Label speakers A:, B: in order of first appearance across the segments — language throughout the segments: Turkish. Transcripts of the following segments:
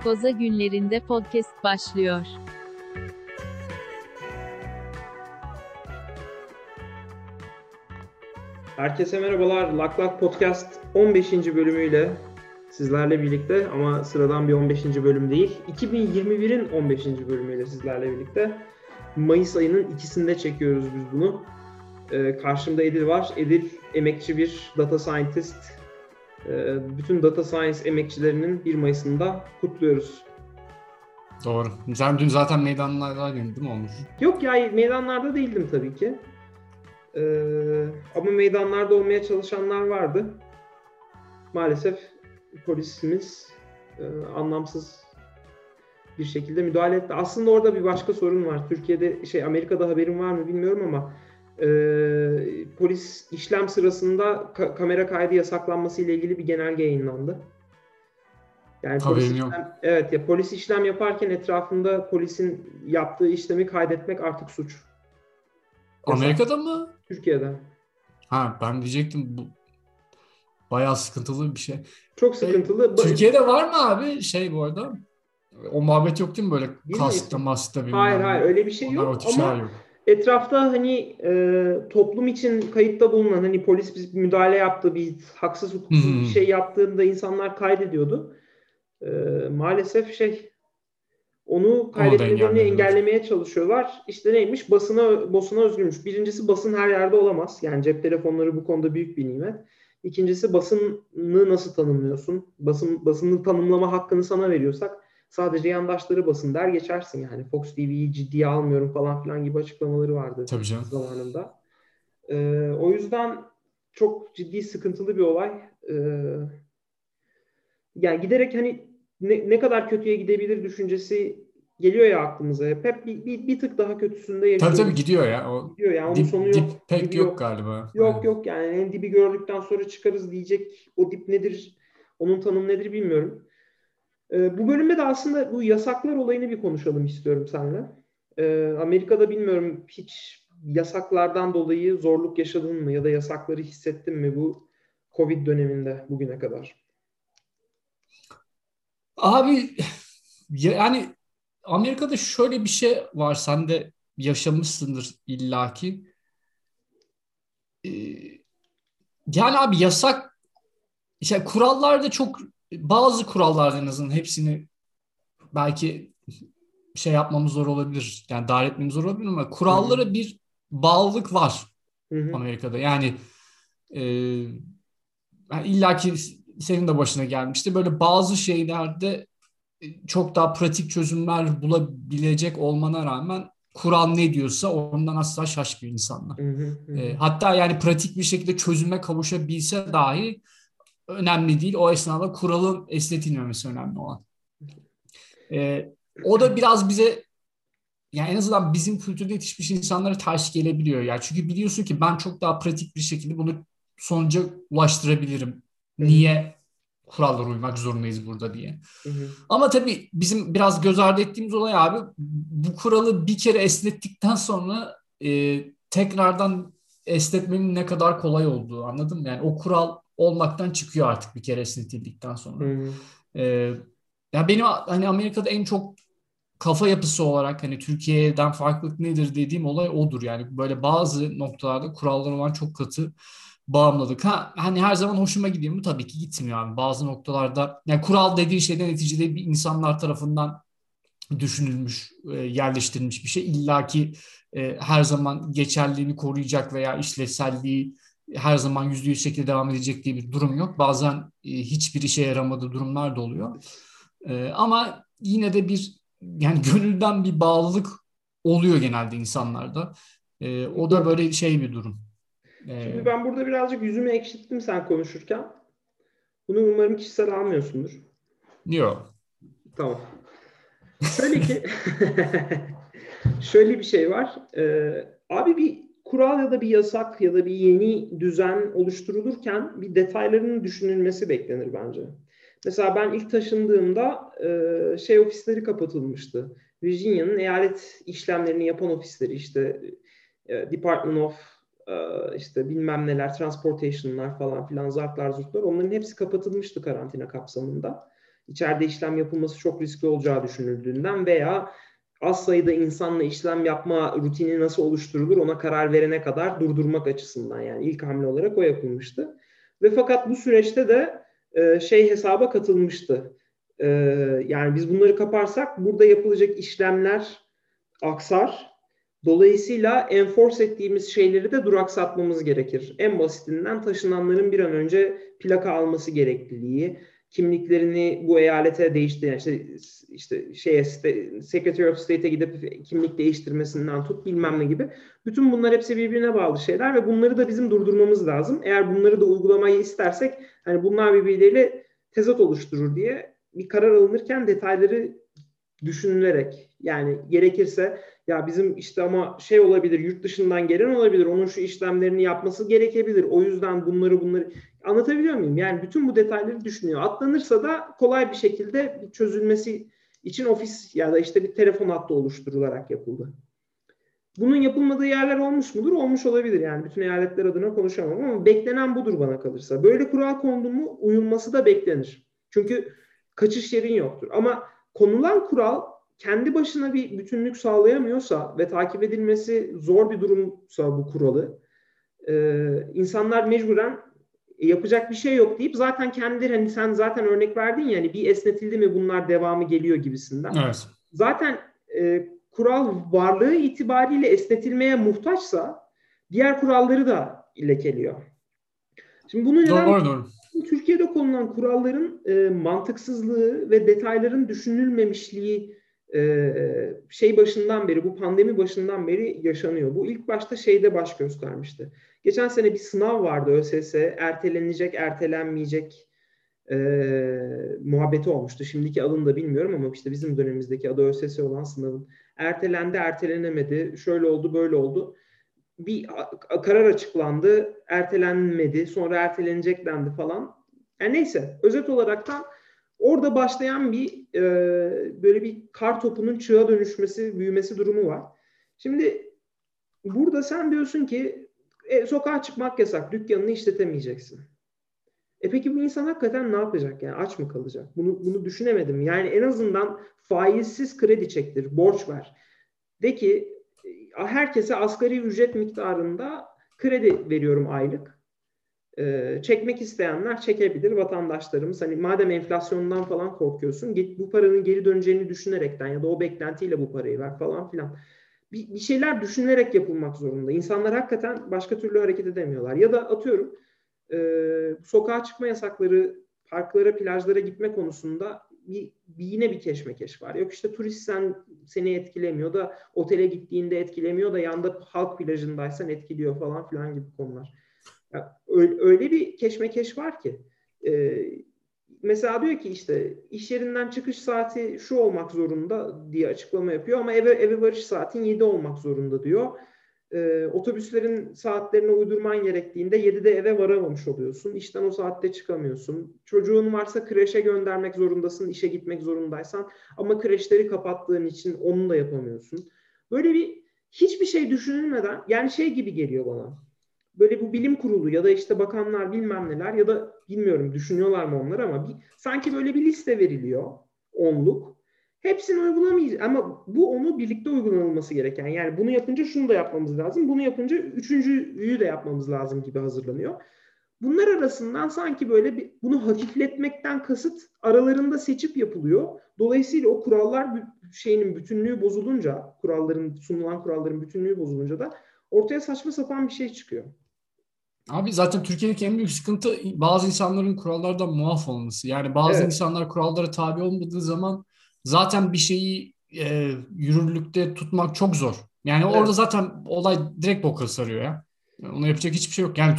A: Koza Günlerinde Podcast başlıyor.
B: Herkese merhabalar. Lak Lak Podcast 15. bölümüyle sizlerle birlikte, ama sıradan bir 15. bölüm değil. 2021'in 15. bölümüyle sizlerle birlikte. Mayıs ayının ikisinde çekiyoruz biz bunu. Karşımda Edil var. Edil emekçi bir data scientist. Bütün data science emekçilerinin 1 Mayıs'ında kutluyoruz.
C: Doğru. Sen dün zaten meydanlardaydın değil mi Onur?
B: Yok ya, meydanlarda değildim tabii ki. Ama meydanlarda olmaya çalışanlar vardı. Maalesef polisimiz anlamsız bir şekilde müdahale etti. Aslında orada bir başka sorun var. Türkiye'de, Amerika'da haberin var mı bilmiyorum ama polis işlem sırasında kamera kaydı yasaklanması ile ilgili bir genelge yayınlandı. Yani polis işlem yaparken etrafında polisin yaptığı işlemi kaydetmek artık suç.
C: Amerika'da mı?
B: Türkiye'de.
C: Ben diyecektim bu bayağı sıkıntılı bir şey.
B: Çok sıkıntılı.
C: Türkiye'de var mı abi bu arada? O muhabbet yok değil mi böyle kasta masta bilmem.
B: Hayır öyle bir şey yok ama yok. Etrafta toplum için kayıtta bulunan polis bir müdahale yaptı, bir haksız hukuksuz bir şey yaptığında insanlar kaydediyordu. Maalesef onu kaydetmelerini engellemeye çalışıyorlar. İşte neymiş? Basına özgürmüş. Birincisi, basın her yerde olamaz. Yani cep telefonları bu konuda büyük bir nimet. İkincisi, basını nasıl tanımlıyorsun? Basını tanımlama hakkını sana veriyorsak sadece yandaşları basın der geçersin yani. Fox TV'yi ciddiye almıyorum falan filan gibi açıklamaları vardı zamanında. O yüzden çok ciddi sıkıntılı bir olay. Yani giderek ne kadar kötüye gidebilir düşüncesi geliyor ya aklımıza. Hep bir tık daha kötüsünde yaşıyoruz.
C: Tabii gidiyor ya.
B: Gidiyor yani. Onun sonu yok.
C: Dip pek yok galiba.
B: Yok yani. En dibi gördükten sonra çıkarız diyecek. O dip nedir? Onun tanımı nedir bilmiyorum. Bu bölümde de aslında bu yasaklar olayını bir konuşalım istiyorum seninle. Amerika'da bilmiyorum, hiç yasaklardan dolayı zorluk yaşadın mı ya da yasakları hissettin mi bu Covid döneminde bugüne kadar?
C: Abi yani Amerika'da şöyle bir şey var, sen de yaşamışsındır illaki. Yani abi yasak kurallar da çok, bazı kurallar en azından hepsini belki yapmamız zor olabilir. Yani dahil etmemiz zor olabilir ama kurallara bir bağlılık var Amerika'da. Yani illaki senin de başına gelmişti. Böyle bazı şeylerde çok daha pratik çözümler bulabilecek olmana rağmen kural ne diyorsa ondan asla şaşmıyor insanlar. Hatta yani pratik bir şekilde çözüme kavuşabilse dahi önemli değil. O esnada kuralın esnetilmemesi önemli olan. O da biraz bize, yani en azından bizim kültürde yetişmiş insanlara ters gelebiliyor. Yani çünkü biliyorsun ki ben çok daha pratik bir şekilde bunu sonuca ulaştırabilirim. Niye kurallara uymak zorundayız burada diye. Ama tabii bizim biraz göz ardı ettiğimiz olay abi, bu kuralı bir kere esnettikten sonra tekrardan esnetmenin ne kadar kolay olduğu, anladın mı? Yani o kural olmaktan çıkıyor artık bir kere esnetildikten sonra. Yani benim Amerika'da en çok kafa yapısı olarak Türkiye'den farklılık nedir dediğim olay odur. Yani böyle bazı noktalarda kurallar olan çok katı bağımlılık. Her zaman hoşuma gidiyor mu? Tabii ki gitmiyor abi. Bazı noktalarda yani kural dediği şeyden neticede bir insanlar tarafından düşünülmüş, yerleştirilmiş bir şey. İlla ki her zaman geçerliliğini koruyacak veya işlevselliği her zaman %100 şekilde devam edecek diye bir durum yok. Bazen hiçbir işe yaramadığı durumlar da oluyor. Ama yine de yani gönülden bir bağlılık oluyor genelde insanlarda. O da böyle bir durum.
B: Şimdi ben burada birazcık yüzümü ekşittim sen konuşurken. Bunu umarım kişisel almıyorsundur.
C: Yok.
B: Tamam. Şöyle bir şey var. Abi bir kural ya da bir yasak ya da bir yeni düzen oluşturulurken bir detaylarının düşünülmesi beklenir bence. Mesela ben ilk taşındığımda ofisleri kapatılmıştı. Virginia'nın eyalet işlemlerini yapan ofisleri, Department of bilmem neler, transportation'lar falan filan, zartlar zurtlar, onların hepsi kapatılmıştı karantina kapsamında. içeride işlem yapılması çok riskli olacağı düşünüldüğünden veya az sayıda insanla işlem yapma rutini nasıl oluşturulur ona karar verene kadar durdurmak açısından, yani ilk hamle olarak o yapılmıştı. Ve fakat bu süreçte de hesaba katılmıştı. Yani biz bunları kaparsak burada yapılacak işlemler aksar. Dolayısıyla enforce ettiğimiz şeyleri de duraksatmamız gerekir. En basitinden taşınanların bir an önce plaka alması gerekliliği, kimliklerini bu eyalete değiştiren, Secretary of State'e gidip kimlik değiştirmesinden tut bilmem ne gibi. Bütün bunlar hepsi birbirine bağlı şeyler ve bunları da bizim durdurmamız lazım. Eğer bunları da uygulamayı istersek, hani bunlar birbirleriyle tezat oluşturur diye bir karar alınırken detayları düşünülerek, yani gerekirse ya bizim işte ama olabilir, yurt dışından gelen olabilir, onun şu işlemlerini yapması gerekebilir, o yüzden bunları anlatabiliyor muyum? Yani bütün bu detayları düşünüyor. Atlanırsa da kolay bir şekilde çözülmesi için ofis ya da işte bir telefon hattı oluşturularak yapıldı. Bunun yapılmadığı yerler olmuş mudur? Olmuş olabilir, yani bütün eyaletler adına konuşamam ama beklenen budur bana kalırsa. Böyle kural kondu mu uyulması da beklenir. Çünkü kaçış yerin yoktur. Ama konulan kural kendi başına bir bütünlük sağlayamıyorsa ve takip edilmesi zor bir durumsa bu kuralı, insanlar mecburen yapacak bir şey yok deyip zaten kendileri, hani sen zaten örnek verdin ya, hani bir esnetildi mi bunlar devamı geliyor gibisinden.
C: Evet.
B: Zaten kural varlığı itibariyle esnetilmeye muhtaçsa diğer kuralları da lekeliyor. Şimdi bunu neden?
C: Doğru.
B: Türkiye'de konulan kuralların mantıksızlığı ve detayların düşünülmemişliği başından beri, bu pandemi başından beri yaşanıyor. Bu ilk başta baş göstermişti. Geçen sene bir sınav vardı ÖSS, ertelenecek, ertelenmeyecek muhabbeti olmuştu. Şimdiki adını da bilmiyorum ama işte bizim dönemimizdeki adı ÖSS olan sınavın ertelendi, ertelenemedi, şöyle oldu, böyle oldu. Bir karar açıklandı, ertelenmedi, sonra ertelenecek dendi falan. Yani neyse, özet olaraktan orada başlayan bir böyle bir kar topunun çığa dönüşmesi, büyümesi durumu var. Şimdi burada sen diyorsun ki sokağa çıkmak yasak, dükkanını işletemeyeceksin. Peki bu insan hakikaten ne yapacak? Yani aç mı kalacak? Bunu düşünemedim. Yani en azından faizsiz kredi çektir, borç ver. De ki herkese asgari ücret miktarında kredi veriyorum aylık. Çekmek isteyenler çekebilir, vatandaşlarımız. Hani madem enflasyondan falan korkuyorsun, bu paranın geri döneceğini düşünerekten ya da o beklentiyle bu parayı ver falan filan. Bir şeyler düşünülerek yapılmak zorunda. İnsanlar hakikaten başka türlü hareket edemiyorlar. Ya da atıyorum sokağa çıkma yasakları, parklara, plajlara gitme konusunda yine bir keşmekeş var. Yok işte turistsen seni etkilemiyor da otele gittiğinde etkilemiyor da yanda halk plajındaysan etkiliyor falan filan gibi konular. Yani öyle bir keşmekeş var ki mesela diyor ki işte iş yerinden çıkış saati şu olmak zorunda diye açıklama yapıyor ama eve varış saatin 7 olmak zorunda diyor. Otobüslerin saatlerine uydurman gerektiğinde 7'de eve varamamış oluyorsun. İşten o saatte çıkamıyorsun. Çocuğun varsa kreşe göndermek zorundasın, işe gitmek zorundaysan ama kreşleri kapattığın için onu da yapamıyorsun. Böyle hiçbir şey düşünülmeden, yani gibi geliyor bana. Böyle bu bilim kurulu ya da işte bakanlar bilmem neler ya da bilmiyorum düşünüyorlar mı onlar ama sanki böyle bir liste veriliyor, 10'luk. Hepsini uygulamayacağız ama bu onu birlikte uygulanılması gereken. Yani bunu yapınca şunu da yapmamız lazım. Bunu yapınca üçüncüyü de yapmamız lazım gibi hazırlanıyor. Bunlar arasından sanki böyle bunu hafifletmekten kasıt aralarında seçip yapılıyor. Dolayısıyla o kurallar bütünlüğü bozulunca, sunulan kuralların bütünlüğü bozulunca da ortaya saçma sapan bir şey çıkıyor.
C: Abi zaten Türkiye'deki en büyük sıkıntı bazı insanların kurallardan muaf olması. Yani bazı insanlar kurallara tabi olmadığı zaman zaten bir şeyi yürürlükte tutmak çok zor. Yani orada zaten olay direkt boka sarıyor ya. Ona yapacak hiçbir şey yok. Yani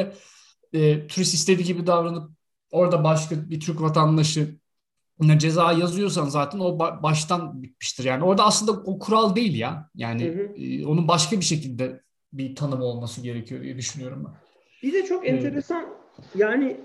C: turist istediği gibi davranıp orada başka bir Türk vatandaşı ceza yazıyorsan zaten o baştan bitmiştir. Yani orada aslında o kural değil ya. Yani onun başka bir şekilde bir tanımı olması gerekiyor diye düşünüyorum ben.
B: Bir de çok enteresan yani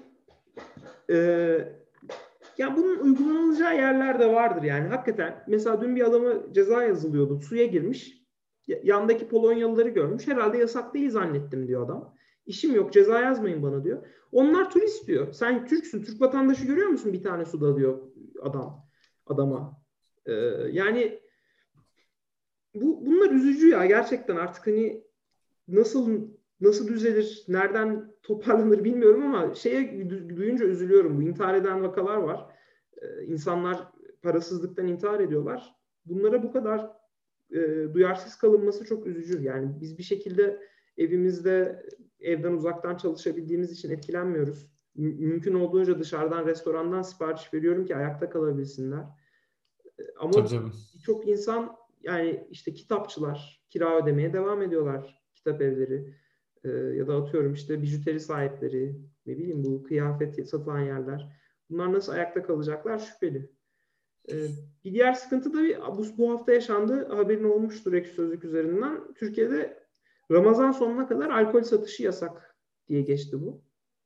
B: ya bunun uygulanılacağı yerler de vardır yani. Hakikaten mesela dün bir adama ceza yazılıyordu. Suya girmiş. Yandaki Polonyalıları görmüş. Herhalde yasak değil zannettim diyor adam. İşim yok, ceza yazmayın bana diyor. Onlar turist diyor. Sen Türksün, Türk vatandaşı görüyor musun bir tane suda diyor adama. Yani bunlar üzücü ya gerçekten, artık hani nasıl düzelir, nereden toparlanır bilmiyorum ama duyunca üzülüyorum. Bu intihar eden vakalar var. İnsanlar parasızlıktan intihar ediyorlar. Bunlara bu kadar duyarsız kalınması çok üzücü. Yani biz bir şekilde evden uzaktan çalışabildiğimiz için etkilenmiyoruz. Mümkün olduğunca dışarıdan, restorandan sipariş veriyorum ki ayakta kalabilsinler. Ama
C: tabii.
B: birçok insan, yani işte kitapçılar kira ödemeye devam ediyorlar, kitap evleri ya da atıyorum işte bijuteri sahipleri, ne bileyim bu kıyafet satılan yerler. Bunlar nasıl ayakta kalacaklar şüpheli. Bir diğer sıkıntı da bu hafta yaşandı, haberin olmuştur Ekşi Sözlük üzerinden. Türkiye'de Ramazan sonuna kadar alkol satışı yasak diye geçti bu.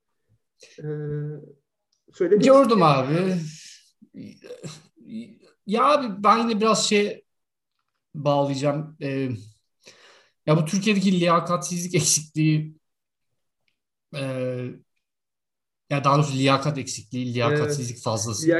C: Gördüm abi. Ya abi ben yine biraz bağlayacağım. Ya bu Türkiye'deki liyakatsizlik eksikliği, ya daha doğrusu liyakat eksikliği, liyakatsizlik fazlası.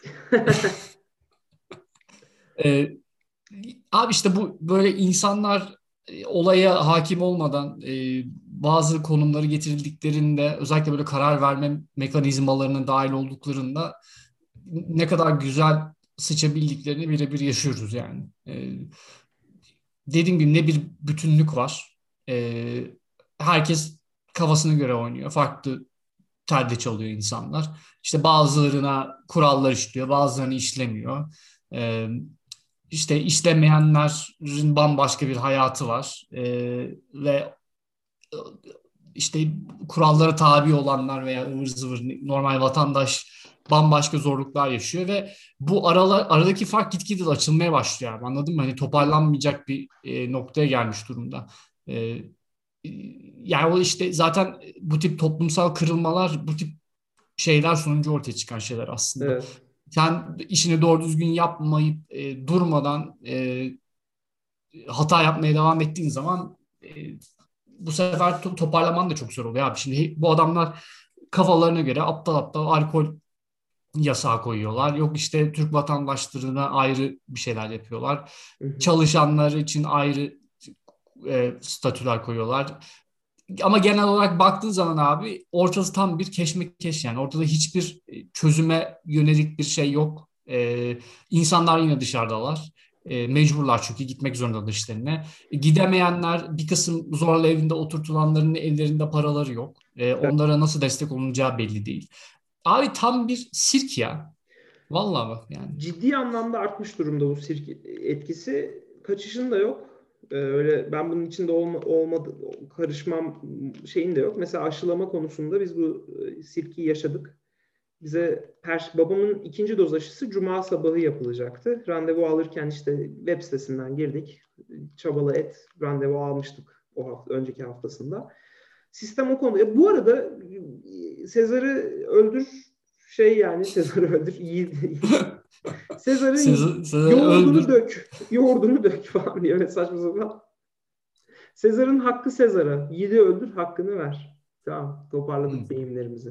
C: Abi işte bu böyle insanlar olaya hakim olmadan bazı konumları getirildiklerinde, özellikle böyle karar verme mekanizmalarına dahil olduklarında ne kadar güzel sıçabildiklerini birebir yaşıyoruz yani. Dediğim gibi ne bir bütünlük var. Herkes kafasına göre oynuyor. Farklı telde çalıyor insanlar. İşte bazılarına kurallar işliyor, bazılarını işlemiyor. İşte işlemeyenlerin bambaşka bir hayatı var. Ve işte kurallara tabi olanlar veya ıvır zıvır normal vatandaş bambaşka zorluklar yaşıyor ve bu aradaki fark gitgide açılmaya başlıyor. Yani, anladın mı? Hani toparlanmayacak bir noktaya gelmiş durumda. Yani o işte zaten bu tip toplumsal kırılmalar, bu tip şeyler sonucu ortaya çıkan şeyler aslında.
B: Evet.
C: Sen işini doğru düzgün yapmayıp durmadan hata yapmaya devam ettiğin zaman bu sefer toparlaman da çok zor oluyor abi. Şimdi bu adamlar kafalarına göre aptal aptal alkol yasağı koyuyorlar. Yok işte Türk vatandaşlarına ayrı bir şeyler yapıyorlar. Çalışanlar için ayrı statüler koyuyorlar. Ama genel olarak baktığın zaman abi ortası tam bir keşmekeş yani. Ortada hiçbir çözüme yönelik bir şey yok. İnsanlar yine dışarıdalar. Mecburlar çünkü gitmek zorundalar işlerine. Gidemeyenler, bir kısım zorla evinde oturtulanların ellerinde paraları yok. Onlara nasıl destek olunacağı belli değil. Abi tam bir sirk ya. Vallahi bak yani.
B: Ciddi anlamda artmış durumda bu sirk etkisi. Kaçışın da yok. Öyle ben bunun içinde olmadı karışmam şeyin de yok. Mesela aşılama konusunda biz bu sirki yaşadık. Bize babamın 2. doz aşısı Cuma sabahı yapılacaktı. Randevu alırken işte web sitesinden girdik. Çabala et randevu almıştık önceki haftasında. Sistem o konuda. Bu arada Sezar'ı öldür Sezar'ı öldür. Sezar'ın yoğurdunu dök falan diye öyle saçma sapan. Sezar'ın hakkı Sezar'a. Yiğidi öldür, hakkını ver. Tamam, toparladık beyimlerimizi.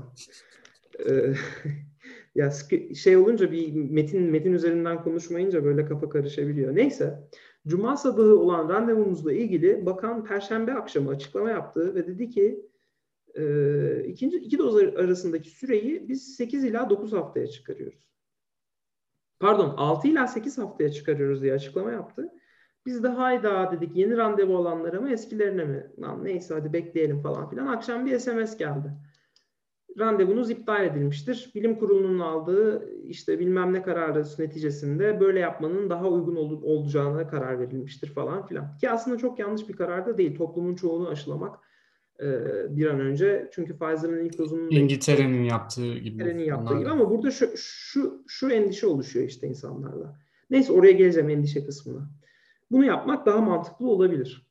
B: Ya olunca bir metin üzerinden konuşmayınca böyle kafa karışabiliyor. Neyse. Cuma sabahı olan randevumuzla ilgili bakan Perşembe akşamı açıklama yaptı ve dedi ki iki doz arasındaki süreyi biz 8 ila 9 haftaya çıkarıyoruz. Pardon, 6 ila 8 haftaya çıkarıyoruz diye açıklama yaptı. Biz de hayda dedik, yeni randevu olanlara mı eskilerine mi? Lan neyse hadi bekleyelim falan filan. Akşam bir SMS geldi. Randevunuz iptal edilmiştir. Bilim Kurulu'nun aldığı işte bilmem ne kararı neticesinde böyle yapmanın daha uygun olacağına karar verilmiştir falan filan. Ki aslında çok yanlış bir karar da değil. Toplumun çoğunu aşılamak bir an önce. Çünkü Pfizer'ın ilk dozunun
C: İngiltere'nin yaptığı gibi.
B: Ama burada şu endişe oluşuyor işte insanlarla. Neyse oraya geleceğim, endişe kısmına. Bunu yapmak daha mantıklı olabilir.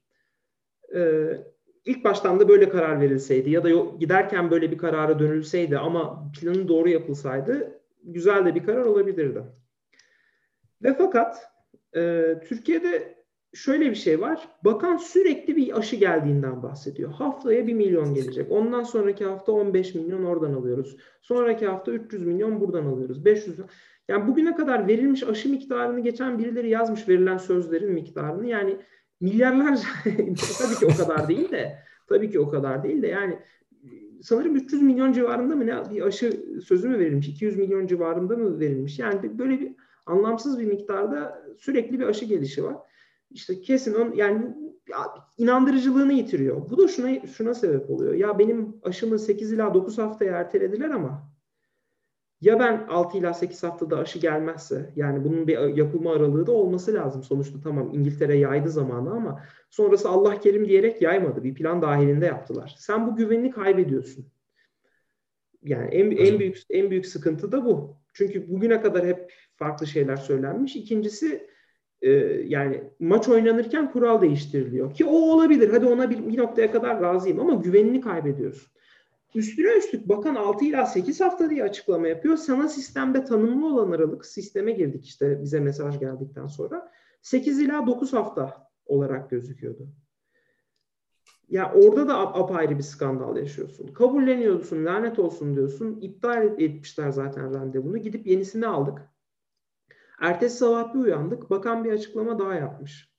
B: İlk baştan da böyle karar verilseydi ya da giderken böyle bir karara dönülseydi ama planı doğru yapılsaydı güzel de bir karar olabilirdi. Ve fakat Türkiye'de şöyle bir şey var. Bakan sürekli bir aşı geldiğinden bahsediyor. Haftaya 1 milyon gelecek. Ondan sonraki hafta 15 milyon oradan alıyoruz. Sonraki hafta 300 milyon buradan alıyoruz. 500 milyon. Yani bugüne kadar verilmiş aşı miktarını geçen birileri yazmış, verilen sözlerin miktarını. Yani milyarlarca tabii ki o kadar değil de yani sanırım 300 milyon civarında mı ne bir aşı sözü mü verilmiş? 200 milyon civarında mı verilmiş? Yani böyle bir anlamsız bir miktarda sürekli bir aşı gelişi var. İşte kesin yani inandırıcılığını yitiriyor. Bu da şuna sebep oluyor. Ya benim aşımı 8 ila 9 haftaya ertelediler ama ya ben 6 ila 8 haftada aşı gelmezse, yani bunun bir yapılma aralığı da olması lazım. Sonuçta tamam İngiltere yaydı zamanı ama sonrası Allah kerim diyerek yaymadı. Bir plan dahilinde yaptılar. Sen bu güvenini kaybediyorsun. Yani en büyük sıkıntı da bu. Çünkü bugüne kadar hep farklı şeyler söylenmiş. İkincisi yani maç oynanırken kural değiştiriliyor. Ki o olabilir. Hadi ona bir noktaya kadar razıyım ama güvenini kaybediyorsun. Üstüne üstlük bakan 6 ila 8 hafta diye açıklama yapıyor. Sana sistemde tanımlı olan aralık, sisteme girdik işte bize mesaj geldikten sonra 8 ila 9 hafta olarak gözüküyordu. Ya orada da apayrı bir skandal yaşıyorsun. Kabulleniyorsun, lanet olsun diyorsun. İptal etmişler zaten randevunu. Gidip yenisini aldık. Ertesi sabah bir uyandık. Bakan bir açıklama daha yapmış.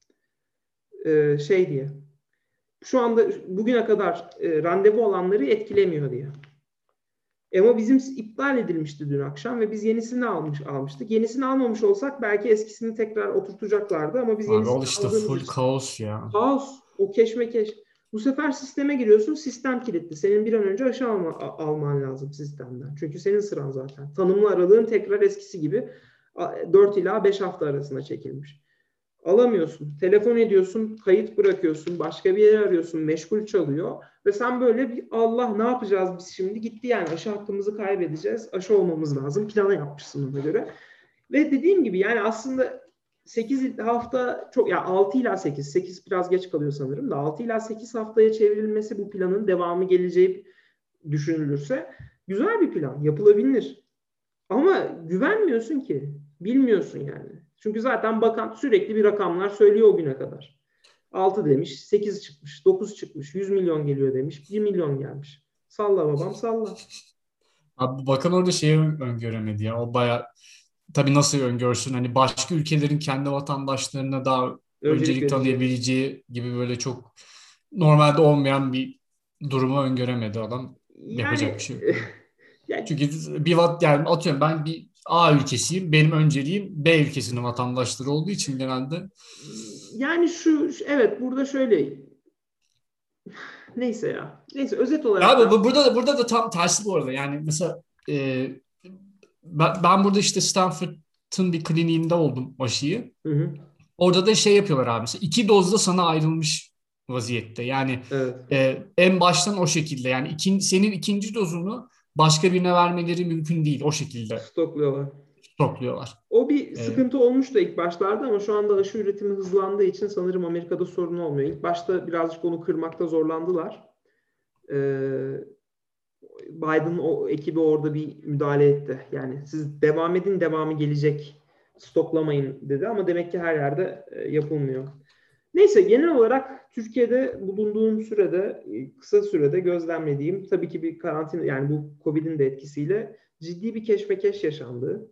B: Şey diye. Şu anda bugüne kadar randevu alanları etkilemiyor diye. Ama bizim iptal edilmişti dün akşam ve biz yenisini almıştık. Yenisini almamış olsak belki eskisini tekrar oturtacaklardı ama biz yenisini
C: Abi işte full kaos ya.
B: Kaos, o keşmekeş. Bu sefer sisteme giriyorsun, sistem kilitli. Senin bir an önce aşı alman lazım sistemden. Çünkü senin sıran zaten. Tanımlı aralığın tekrar eskisi gibi 4 ila 5 hafta arasına çekilmiş. Alamıyorsun. Telefon ediyorsun, kayıt bırakıyorsun, başka bir yere arıyorsun, meşgul çalıyor. Ve sen böyle bir Allah ne yapacağız biz şimdi? Gitti yani aşı hakkımızı kaybedeceğiz. Aşı olmamız lazım. Planı yapmışsın ona göre. Ve dediğim gibi yani aslında 8 hafta çok ya 6 ila 8. 8 biraz geç kalıyor sanırım da 6 ila 8 haftaya çevrilmesi bu planın devamı geleceği düşünülürse güzel bir plan. Yapılabilir. Ama güvenmiyorsun ki. Bilmiyorsun yani. Çünkü zaten bakan sürekli bir rakamlar söylüyor o güne kadar. 6 demiş, 8 çıkmış, 9 çıkmış, 100 milyon geliyor demiş, 1 milyon gelmiş. Salla babam salla.
C: Abi bakan orada şeyi öngöremedi ya. O bayağı tabii nasıl öngörsün? Hani başka ülkelerin kendi vatandaşlarına daha öncelik tanıyabileceği gibi böyle çok normalde olmayan bir durumu öngöremedi adam. Yapacak bir şey yok. Yani, çünkü yani atıyorum ben bir A ülkesiyim. Benim önceliğim B ülkesinin vatandaşları olduğu için genelde.
B: Yani evet burada şöyle neyse ya. Neyse özet olarak.
C: Abi burada da tam tersi bu arada. Yani mesela ben burada işte Stanford'ın bir kliniğinde oldum aşıyı.
B: Hı.
C: Orada da şey yapıyorlar abi. Mesela 2 dozda sana ayrılmış vaziyette. Yani
B: evet.
C: En baştan o şekilde. Yani senin ikinci dozunu başka birine vermeleri mümkün değil. O şekilde. Stokluyorlar.
B: O bir sıkıntı olmuştu ilk başlarda ama şu anda aşı üretimi hızlandığı için sanırım Amerika'da sorun olmuyor. İlk başta birazcık onu kırmakta zorlandılar. Biden o ekibi orada bir müdahale etti. Yani siz devam edin, devamı gelecek. Stoklamayın dedi ama demek ki her yerde yapılmıyor. Neyse genel olarak Türkiye'de bulunduğum sürede, kısa sürede gözlemlediğim tabii ki bir karantina yani bu Covid'in de etkisiyle ciddi bir keşmekeş yaşandı.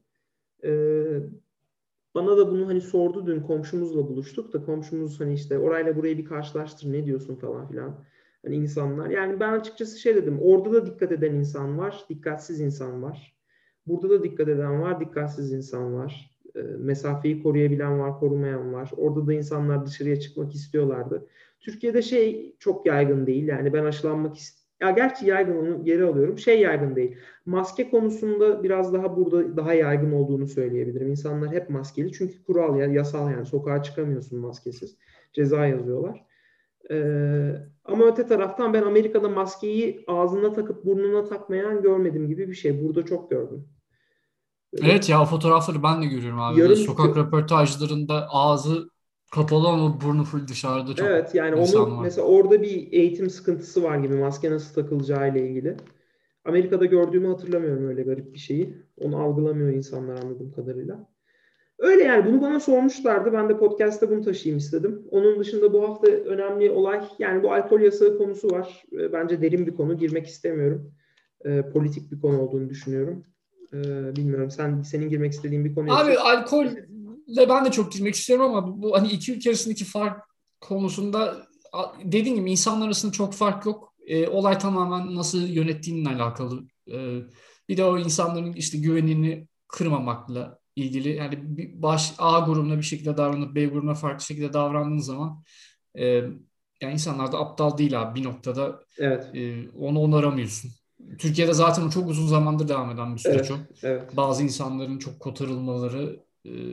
B: Bana da bunu hani sordu dün komşumuzla buluştuk da komşumuz hani işte orayla burayı bir karşılaştır ne diyorsun falan filan. Hani insanlar yani ben açıkçası şey dedim orada da dikkat eden insan var, dikkatsiz insan var. Burada da dikkat eden var, dikkatsiz insan var. Mesafeyi koruyabilen var, korumayan var. Orada da insanlar dışarıya çıkmak istiyorlardı. Türkiye'de şey çok yaygın değil. Yani ben aşılanmak ya gerçi yaygın onu geri alıyorum. Şey yaygın değil. Maske konusunda biraz daha burada daha yaygın olduğunu söyleyebilirim. İnsanlar hep maskeli çünkü kural ya yasal yani sokağa çıkamıyorsun maskesiz. Ceza yazıyorlar. Ama öte taraftan ben Amerika'da maskeyi ağzına takıp burnuna takmayan görmedim gibi bir şey. Burada çok gördüm.
C: Evet ya o fotoğrafları ben de görüyorum abi. Sokak röportajlarında ağzı kapalı ama burnu full dışarıda çok
B: evet yani
C: insan
B: onun
C: var.
B: mesela orada bir eğitim sıkıntısı var gibi maske nasıl takılacağı ile ilgili. Amerika'da gördüğümü hatırlamıyorum öyle garip bir şeyi. Onu algılamıyor insanlar anladığım kadarıyla. Öyle yani, bunu bana sormuşlardı. Ben de podcast'ta bunu taşıyayım istedim. Onun dışında bu hafta önemli olay, yani bu alkol yasağı konusu var. Bence derin bir konu. Girmek istemiyorum. Politik bir konu olduğunu düşünüyorum. Bilmiyorum. Senin girmek istediğin bir konu yoksa.
C: Abi alkolle ben de çok girmek istiyorum ama bu hani iki ülke arasındaki fark konusunda dediğim gibi insanlar arasında çok fark yok. Olay tamamen nasıl yönettiğinle alakalı. Bir de o insanların işte güvenini kırmamakla ilgili. Yani A grubuna bir şekilde davranıp B grubuna farklı şekilde davrandığın zaman e, yani insanlar da aptal değil abi bir noktada
B: Evet.
C: onu onaramıyorsun. Türkiye'de zaten çok uzun zamandır devam eden bir süreç
B: Evet.
C: o.
B: Evet.
C: Bazı insanların çok kotarılmaları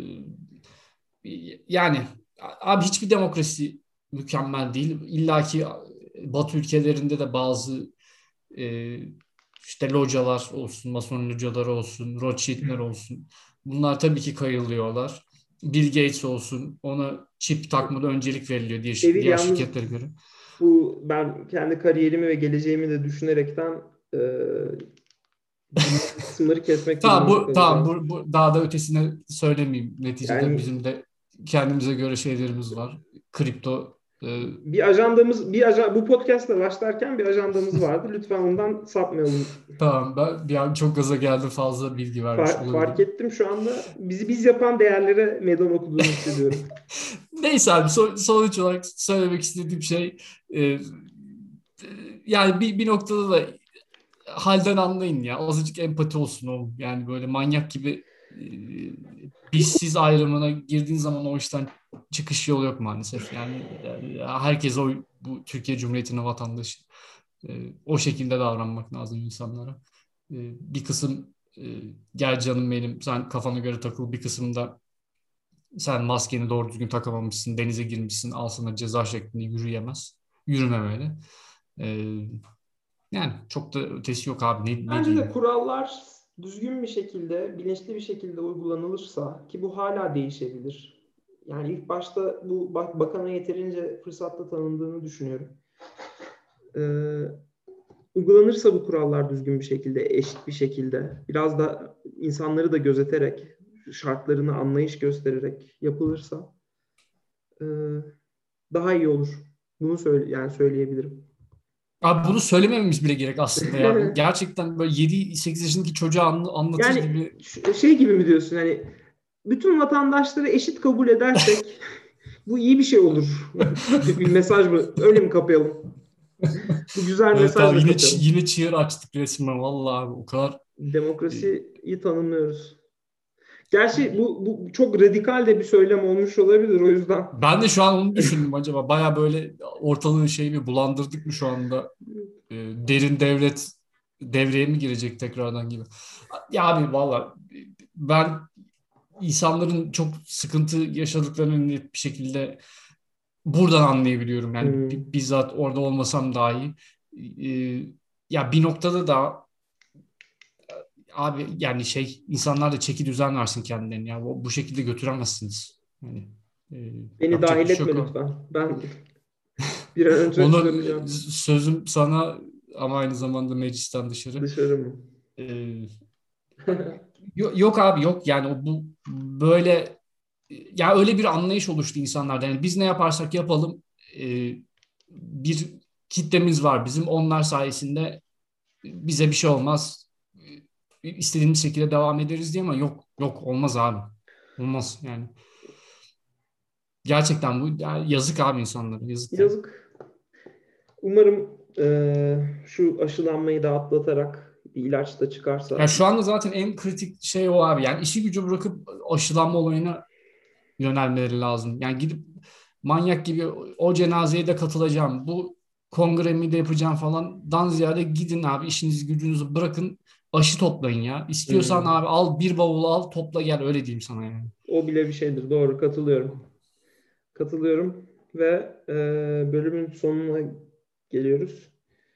C: yani abi hiçbir demokrasi mükemmel değil. İlla ki Batı ülkelerinde de bazı e, işte localar olsun, Mason locaları olsun, Rothschild'ler olsun. Bunlar tabii ki kayılıyorlar. Bill Gates olsun, ona çip takmada öncelik veriliyor
B: Sevil,
C: diğer
B: yalnız
C: şirketlere göre.
B: ben kendi kariyerimi ve geleceğimi de düşünerekten bu kısımları kesmek
C: Tamam
B: durumunda
C: bu tamam
B: kalacağım.
C: bu daha da ötesine söylemeyeyim. Neticede
B: Yani
C: bizim de kendimize göre şeylerimiz var. Kripto
B: bu podcast'la başlarken bir ajandamız vardı. Lütfen ondan sapmayalım.
C: tamam ben bir an çok gaza geldim fazla bilgi vermiş
B: Fark
C: olabilirim.
B: ettim, şu anda bizi biz yapan değerlere meydan okuduğunu hissediyorum.
C: Neyse abi sonuç olarak söylemek istediğim şey e, yani bir noktada da halden anlayın ya. Azıcık empati olsun oğlum. Yani böyle manyak gibi biz siz ayrımına girdiğin zaman o işten çıkış yolu yok maalesef. Yani herkes bu Türkiye Cumhuriyeti'nin vatandaşı. O şekilde davranmak lazım insanlara. Bir kısım gel canım benim sen kafana göre takıl, bir kısımda sen maskeni doğru düzgün takamamışsın, denize girmişsin, al sana ceza şeklinde yürümemeli. Ee, Yani çok da ötesi yok abi. Ne
B: Bence de
C: diyeyim?
B: kurallar düzgün bir şekilde, bilinçli bir şekilde uygulanılırsa, ki bu hala değişebilir. Yani ilk başta bu bakana yeterince fırsatta tanındığını düşünüyorum. Ee, Uygulanırsa bu kurallar düzgün bir şekilde, eşit bir şekilde, biraz da insanları da gözeterek, şartlarını anlayış göstererek yapılırsa e, daha iyi olur. Bunu söyleyebilirim.
C: Abi bunu söylemememiz bile gerek aslında ya. Bu gerçekten böyle 7-8 yaşındaki çocuğa anlatır
B: Yani
C: gibi.
B: şey gibi mi diyorsun, hani bütün vatandaşları eşit kabul edersek bu iyi bir şey olur. Bir mesaj mı? Öyle mi kapayalım? Bu güzel
C: Evet abi
B: mesajla kapayalım.
C: yine çığır açtık resmen. Vallahi abi o kadar. e,
B: Demokrasiyi tanımlıyoruz. Gerçi bu çok radikal de bir söylem olmuş olabilir, o yüzden.
C: Ben de şu an onu düşündüm acaba. Baya böyle ortalığı bir bulandırdık mı şu anda? Derin devlet devreye mi girecek tekrardan gibi? Ya abi valla ben insanların çok sıkıntı yaşadıklarını net bir şekilde buradan anlayabiliyorum. Yani
B: Hmm.
C: bizzat orada olmasam dahi. Ya bir noktada da abi yani insanlar da çeki düzen versin kendilerini. Ya bu şekilde götüremezsiniz. Yani
B: Beni
C: yapacak bir
B: dahil
C: şey
B: etme
C: yok abi.
B: lütfen. Ben bir an önce
C: Onu
B: çıkaracağım.
C: sözüm sana ama aynı zamanda meclisten dışarı.
B: Dışarı mı?
C: Ee, Yok abi yok yani bu böyle ya öyle bir anlayış oluştu insanlarda. Yani biz ne yaparsak yapalım bir kitlemiz var bizim. Onlar sayesinde bize bir şey olmaz. İstediğimiz şekilde devam ederiz diye ama yok olmaz abi. Olmaz yani. Gerçekten bu yazık abi insanlara yazık yani.
B: Yazık. Umarım şu aşılanmayı da atlatarak bir ilaç da
C: Ya
B: çıkarsa.
C: şu anda zaten en kritik şey o abi. Yani işi gücü bırakıp aşılanma olayına yönelmeleri lazım. Yani gidip manyak gibi o cenazeye de katılacağım. Bu kongremi de yapacağım falandan ziyade gidin abi işinizi gücünüzü bırakın aşı toplayın ya. İstiyorsan
B: Hmm.
C: abi al bir bavul al topla gel öyle diyeyim sana yani.
B: O bile bir şeydir. Doğru, katılıyorum. Katılıyorum ve bölümün sonuna geliyoruz.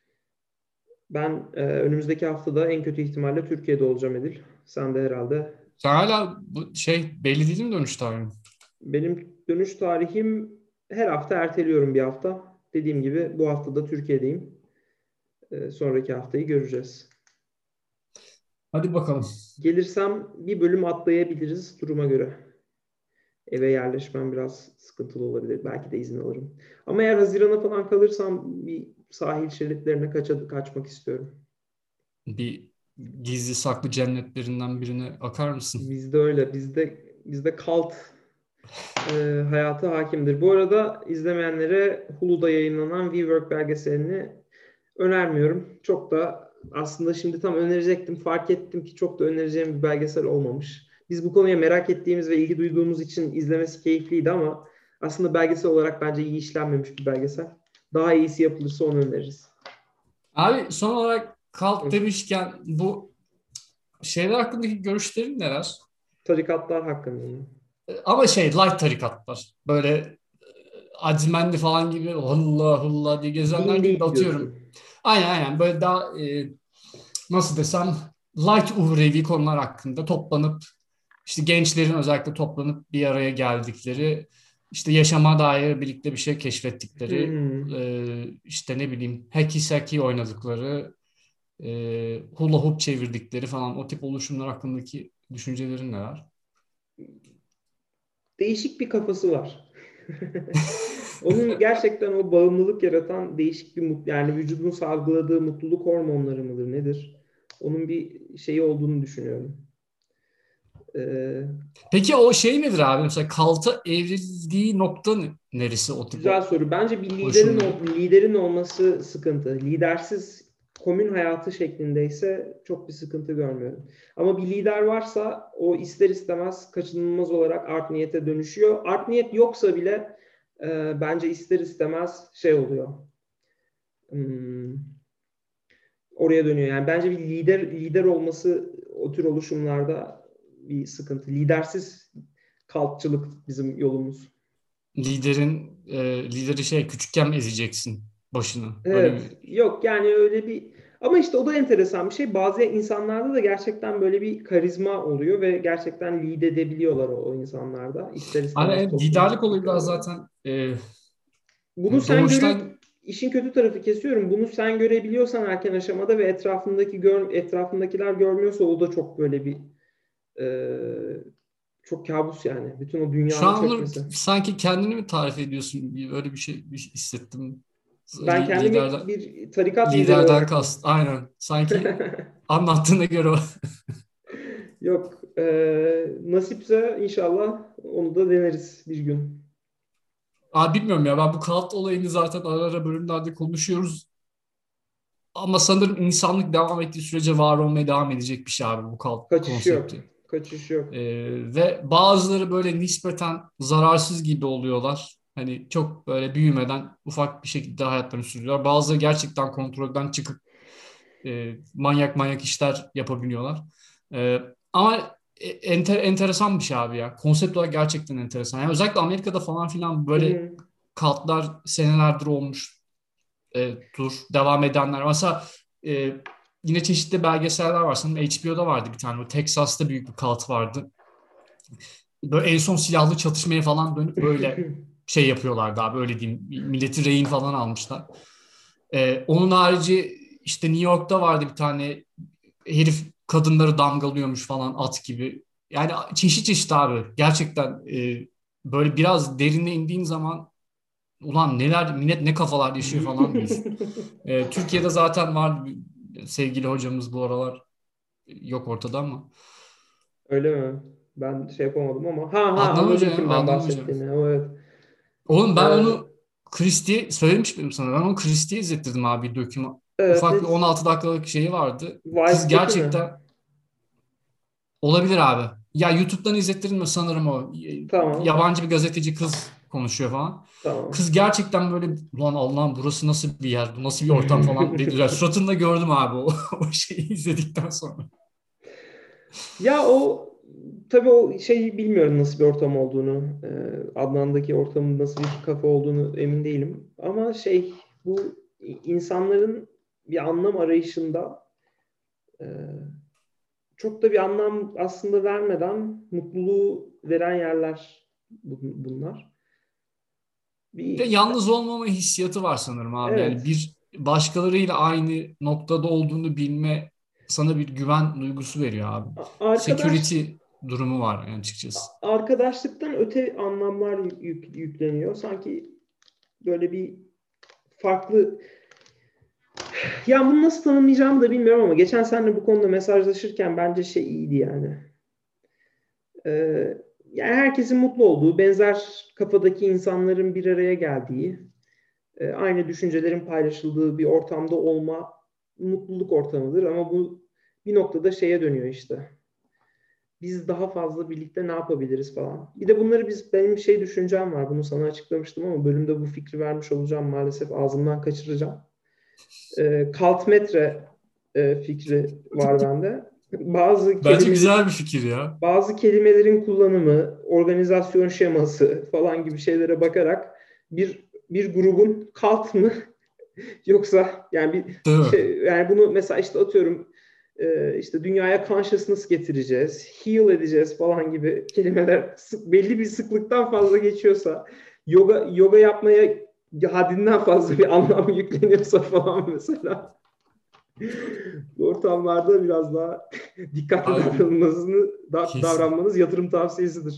B: Ben önümüzdeki haftada en kötü ihtimalle Türkiye'de olacağım Edil. Sen de herhalde.
C: Sen hala bu belli değil mi dönüş tarihi?
B: Benim dönüş tarihim, her hafta erteliyorum bir hafta. Dediğim gibi bu hafta da Türkiye'deyim. Sonraki haftayı göreceğiz.
C: Hadi bakalım.
B: Gelirsem bir bölüm atlayabiliriz duruma göre. eve yerleşmem biraz sıkıntılı olabilir. Belki de izin alırım. Ama eğer Haziran'a falan kalırsam bir sahil şeritlerine kaçmak istiyorum.
C: Bir gizli saklı cennetlerinden birine akar mısın?
B: Bizde öyle. Bizde kalt hayatı hakimdir. Bu arada izlemeyenlere Hulu'da yayınlanan WeWork belgeselini önermiyorum. Çok da aslında şimdi tam önerecektim. Fark ettim ki çok da önereceğim bir belgesel olmamış. Biz bu konuya merak ettiğimiz ve ilgi duyduğumuz için izlemesi keyifliydi ama aslında belgesel olarak bence iyi işlenmemiş bir belgesel. Daha iyisi yapılırsa onu öneririz.
C: Abi son olarak kalt
B: Evet.
C: demişken bu şeyler hakkındaki görüşlerin neler?
B: Tarikatlar hakkında.
C: Ama light tarikatlar. Böyle Acimenli falan gibi Allah Allah diye gezenler
B: Din
C: değil de
B: değil
C: atıyorum.
B: diyorsun.
C: Aynen böyle daha nasıl desem light uhrevi konular hakkında toplanıp işte gençlerin özellikle toplanıp bir araya geldikleri işte yaşama dair birlikte bir şey keşfettikleri işte ne bileyim hacky sacky oynadıkları hula hoop çevirdikleri falan o tip oluşumlar hakkındaki düşüncelerin neler?
B: Değişik bir kafası var. Onun gerçekten o bağımlılık yaratan değişik bir yani vücudun salgıladığı mutluluk hormonları mıdır nedir? Onun bir şeyi olduğunu düşünüyorum. Ee,
C: Peki o nedir abi? Mesela kalta evrildiği nokta neresi o tip
B: Güzel soru. Bence bir
C: oluşumların?
B: liderin olması sıkıntı. Lidersiz komün hayatı şeklindeyse çok bir sıkıntı görmüyorum. Ama bir lider varsa o ister istemez kaçınılmaz olarak art niyete dönüşüyor. Art niyet yoksa bile bence ister istemez oluyor. Hmm, oraya dönüyor. Yani bence bir lider olması o tür oluşumlarda bir sıkıntı. Lidersiz kaltçılık bizim yolumuz.
C: Lideri küçükken mi ezeceksin başını? Öyle
B: Evet.
C: bir
B: Yok yani öyle bir ama işte o da enteresan bir şey. Bazı insanlarda da gerçekten böyle bir karizma oluyor ve gerçekten lead edebiliyorlar o insanlarda. İster istemez
C: hani
B: toplumu
C: liderlik olayı biraz
B: yıkıyorlar.
C: zaten
B: Bunu sen görüp
C: doğuştan
B: işin kötü tarafı kesiyorum. Bunu sen görebiliyorsan erken aşamada ve etrafındakiler görmüyorsa o da çok böyle bir e, çok kabus yani. Bütün o
C: şu
B: dünyanın
C: an Onur
B: çökmesi.
C: sanki kendini mi tarif ediyorsun? Öyle bir şey hissettim.
B: Ben kendimi
C: Liderden,
B: bir tarikat lideri
C: liderden
B: olarak mı?
C: kast. Aynen. Sanki anlattığına göre o.
B: Yok. Nasipse inşallah onu da deneriz bir gün.
C: Abi bilmiyorum ya ben bu kalt olayını zaten ara ara bölümlerde konuşuyoruz. Ama sanırım insanlık devam ettiği sürece var olmaya devam edecek bir şey abi bu kalt
B: Kaçış yok.
C: konsepti.
B: Kaçış yok.
C: Ve bazıları böyle nispeten zararsız gibi oluyorlar. Hani çok böyle büyümeden ufak bir şekilde hayatlarını sürdürüyorlar. Bazıları gerçekten kontrolden çıkıp manyak manyak işler yapabiliyorlar. E, ama enteresan bir şey abi ya. Konsept olarak gerçekten enteresan. Yani özellikle Amerika'da falan filan
B: Hı
C: böyle
B: hı.
C: cultlar senelerdir olmuş devam edenler. Mesela e, yine çeşitli belgeseller var. Sanırım HBO'da vardı bir tane. O Texas'ta büyük bir cult vardı. Böyle en son silahlı çatışmaya falan dönüp böyle yapıyorlardı abi öyle diyeyim. Milleti rehin falan almışlar. Onun harici işte New York'ta vardı bir tane herif kadınları damgalıyormuş falan at gibi. Yani çeşit çeşit abi. Gerçekten böyle biraz derine indiğin zaman ulan neler millet ne kafalar yaşıyor falan diyorsun. Türkiye'de zaten var sevgili hocamız bu aralar yok ortada ama.
B: Öyle mi? Ben yapamadım ama.
C: Adnan Hoca
B: Anladım
C: ya,
B: kimden
C: Adnan Hoca.
B: bahsettiğini. Evet.
C: Oğlum ben
B: Ee,
C: onu Christie'ye söylemiş miydim sana? Ben onu Christie'ye izlettirdim abi bir döküman.
B: evet.
C: Ufak bir 16 dakikalık şeyi vardı. Kız
B: Vice'daki mi?
C: gerçekten olabilir abi. Ya YouTube'dan izlettirdim mi sanırım o.
B: Tamam.
C: Yabancı bir gazeteci kız konuşuyor falan.
B: Tamam.
C: Kız gerçekten böyle ulan Allah'ım burası nasıl bir yer, bu nasıl bir ortam falan dedi. Ya suratında gördüm abi o şeyi izledikten sonra.
B: Ya tabii o bilmiyorum nasıl bir ortam olduğunu. Adnan'daki ortamın nasıl bir kafa olduğunu emin değilim. Ama bu insanların bir anlam arayışında e, çok da bir anlam aslında vermeden mutluluğu veren yerler bunlar.
C: Ve
B: Bir
C: yalnız olmama hissiyatı var sanırım abi. Yani
B: evet.
C: bir başkalarıyla aynı noktada olduğunu bilme sana bir güven duygusu veriyor abi.
B: Arkadaş
C: Security. durumu var yani açıkçası.
B: Arkadaşlıktan öte anlamlar yükleniyor. Sanki böyle bir farklı... Ya bunu nasıl tanımlayacağımı da bilmiyorum ama geçen seninle bu konuda mesajlaşırken bence şey iyiydi yani. Yani herkesin mutlu olduğu, benzer kafadaki insanların bir araya geldiği, aynı düşüncelerin paylaşıldığı bir ortamda olma mutluluk ortamıdır. Ama bu bir noktada şeye dönüyor işte. Biz daha fazla birlikte ne yapabiliriz falan. Bir de bunları benim düşüncem var. Bunu sana açıklamıştım ama bölümde bu fikri vermiş olacağım. Maalesef ağzımdan kaçıracağım. Kalt metre fikri var bende.
C: Bence güzel bir fikir ya.
B: Bazı kelimelerin kullanımı, organizasyon şeması falan gibi şeylere bakarak bir grubun kalt mı yoksa yani yani bunu mesela işte atıyorum işte dünyaya consciousness getireceğiz, heal edeceğiz falan gibi kelimeler belli bir sıklıktan fazla geçiyorsa, yoga yapmaya haddinden fazla bir anlam yükleniyorsa falan mesela bu ortamlarda biraz daha dikkatli davranmanız yatırım tavsiyesidir.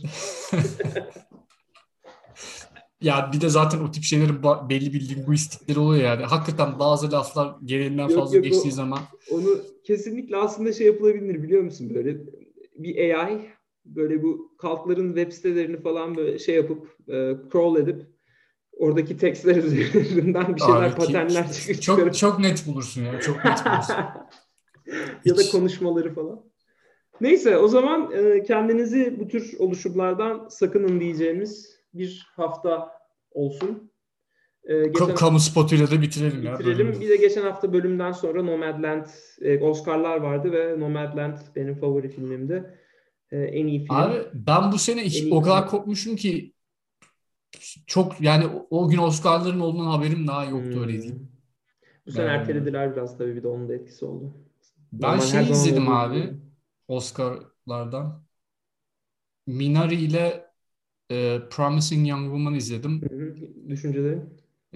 C: Ya bir de zaten o tip şeylerin belli bir linguistikleri oluyor yani. Hakikaten bazı laflar gereğinden fazla geçtiği zaman.
B: Onu kesinlikle aslında şey yapılabilir biliyor musun? Böyle bir AI böyle bu kalkların web sitelerini falan böyle şey yapıp crawl edip oradaki tekstler üzerinden bir şeyler paternler çıkarıp.
C: Çok net bulursun ya. Çok net bulursun.
B: Ya da konuşmaları falan. Neyse o zaman kendinizi bu tür oluşumlardan sakının diyeceğimiz bir hafta olsun.
C: Kamu spotuyla da bitirelim ya.
B: Bir de geçen hafta bölümden sonra Nomadland Oscar'lar vardı ve Nomadland benim favori filmimdi. En iyi film.
C: Abi ben bu sene o kadar kopmuşum ki çok yani o gün Oscar'ların olduğundan haberim daha yoktu öyle diyeyim.
B: Bu sene ertelediler biraz tabii bir de onun da etkisi oldu.
C: Ben izledim abi Oscar'lardan. Minari ile Promising Young Woman izledim.
B: Düşüncelerim?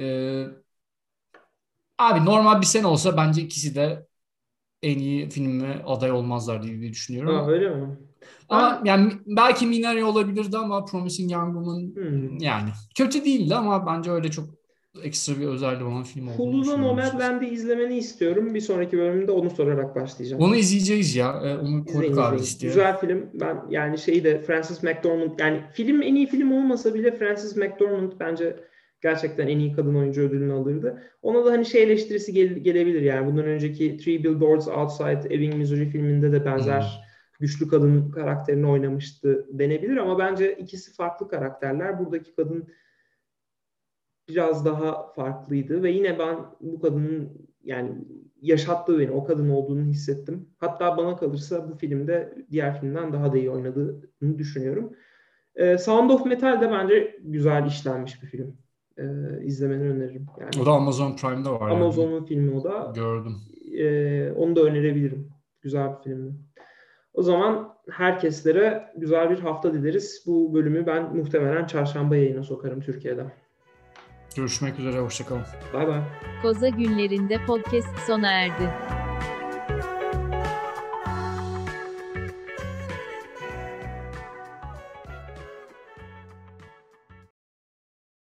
C: Abi normal bir sene olsa bence ikisi de en iyi filme aday olmazlar diye düşünüyorum.
B: Öyle mi?
C: Ama yani belki Minari olabilirdi ama Promising Young Woman yani kötü değildi ama bence öyle çok ekstra bir özelliği olan film olduğunu
B: Hulu'da
C: düşünüyorum.
B: Nomadland'i izlemeni istiyorum. Bir sonraki bölümde onu sorarak başlayacağım.
C: Onu izleyeceğiz ya. Onu koyduk abi listeye.
B: Güzel film. Ben yani de Frances McDormand yani film en iyi film olmasa bile Frances McDormand bence gerçekten en iyi kadın oyuncu ödülünü alırdı. Ona da hani eleştirisi gelebilir yani. Bundan önceki Three Billboards Outside Ebbing, Missouri filminde de benzer güçlü kadın karakterini oynamıştı denebilir ama bence ikisi farklı karakterler. Buradaki kadın biraz daha farklıydı ve yine ben bu kadının yani yaşattığı beni, o kadın olduğunu hissettim. Hatta bana kalırsa bu filmde diğer filmden daha da iyi oynadığını düşünüyorum. Sound of Metal de bence güzel işlenmiş bir film. İzlemeni öneririm. Yani,
C: o da Amazon Prime'da var.
B: Amazon'un filmi o da.
C: Gördüm.
B: Onu da önerebilirim. Güzel bir filmdi. O zaman herkeslere güzel bir hafta dileriz. Bu bölümü ben muhtemelen çarşamba yayına sokarım Türkiye'de.
C: Görüşmek üzere, hoşçakalın.
B: Bay bay.
A: Koza Günlerinde podcast sona erdi.